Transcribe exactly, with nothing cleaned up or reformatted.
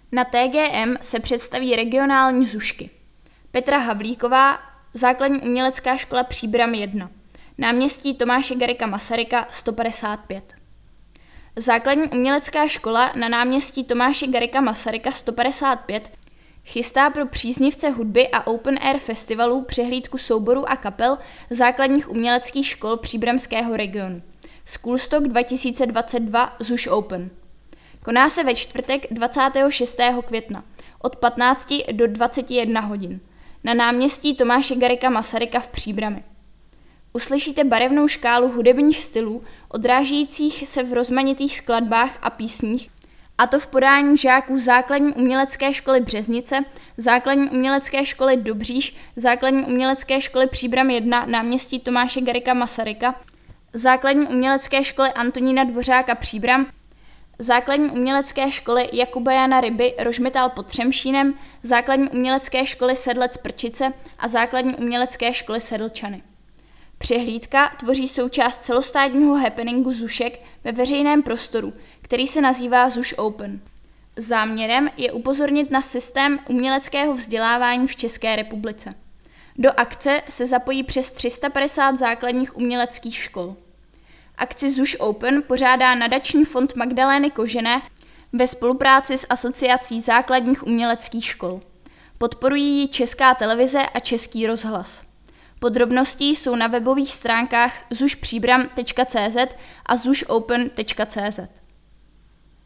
Na T G M se představí regionální zušky. Petra Havlíková, Základní umělecká škola Příbram jedna, náměstí Tomáše Garrigua Masaryka sto padesát pět. Základní umělecká škola na náměstí Tomáše Garrigua Masaryka sto padesát pět chystá pro příznivce hudby a open air festivalů přehlídku souborů a kapel základních uměleckých škol příbramského regionu. Schoolstock dva tisíce dvacet dva ZUŠ Open. Koná se ve čtvrtek dvacátého šestého května od patnácti do dvaceti jedné hodin na náměstí Tomáše Garrigua Masaryka v Příbrami. Uslyšíte barevnou škálu hudebních stylů, odrážejících se v rozmanitých skladbách a písních, a to v podání žáků Základní umělecké školy Březnice, Základní umělecké školy Dobříš, Základní umělecké školy Příbram jedna náměstí Tomáše Garrigua Masaryka, Základní umělecké školy Antonína Dvořáka Příbram, Základní umělecké školy Jakuba Jana Ryby Rožmitál pod Třemšínem, Základní umělecké školy Sedlec Prčice a Základní umělecké školy Sedlčany. Přehlídka tvoří součást celostátního happeningu ZUŠek ve veřejném prostoru, který se nazývá ZUŠ Open. Záměrem je upozornit na systém uměleckého vzdělávání v České republice. Do akce se zapojí přes tři sta padesát základních uměleckých škol. Akci ZUŠ Open pořádá nadační fond Magdalény Kožené ve spolupráci s Asociací základních uměleckých škol. Podporují ji Česká televize a Český rozhlas. Podrobnosti jsou na webových stránkách zušpříbram tečka cé zet a zušopen tečka cé zet.